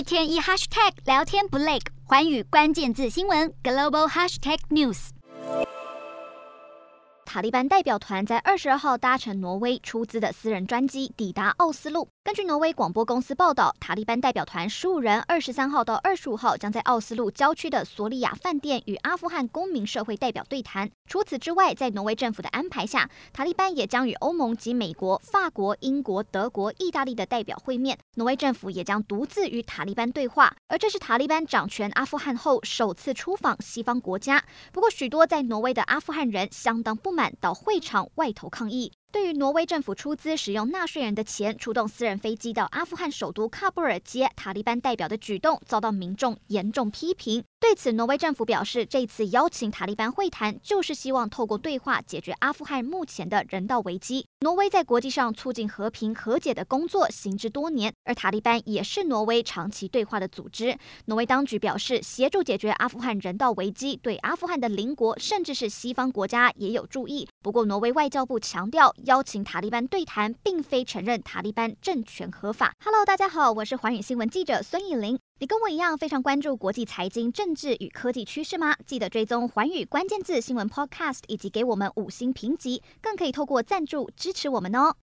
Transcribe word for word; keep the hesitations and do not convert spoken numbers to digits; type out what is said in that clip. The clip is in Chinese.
天一 hashtag 聊天不累，寰宇关键字新闻 global hashtag news。塔利班代表团在二十二号搭乘挪威出资的私人专机抵达奥斯陆。根据挪威广播公司报道，塔利班代表团十五人，二十三号到二十五号将在奥斯陆郊区的索里亚饭店与阿富汗公民社会代表对谈。除此之外，在挪威政府的安排下，塔利班也将与欧盟及美国、法国、英国、德国、意大利的代表会面。挪威政府也将独自与塔利班对话，而这是塔利班掌权阿富汗后首次出访西方国家。不过，许多在挪威的阿富汗人相当不满，到会场外头抗议。对于挪威政府出资使用纳税人的钱出动私人飞机到阿富汗首都喀布尔接塔利班代表的举动，遭到民众严重批评。对此，挪威政府表示，这次邀请塔利班会谈，就是希望透过对话解决阿富汗目前的人道危机。挪威在国际上促进和平和解的工作行之多年，而塔利班也是挪威长期对话的组织。挪威当局表示，协助解决阿富汗人道危机，对阿富汗的邻国甚至是西方国家也有注意。不过，挪威外交部强调，邀请塔利班对谈，并非承认塔利班政权合法。Hello， 大家好，我是寰宇新闻记者孙以玲。你跟我一样非常关注国际财经、政治与科技趋势吗？记得追踪寰宇关键字新闻 Podcast， 以及给我们五星评级，更可以透过赞助支持我们哦。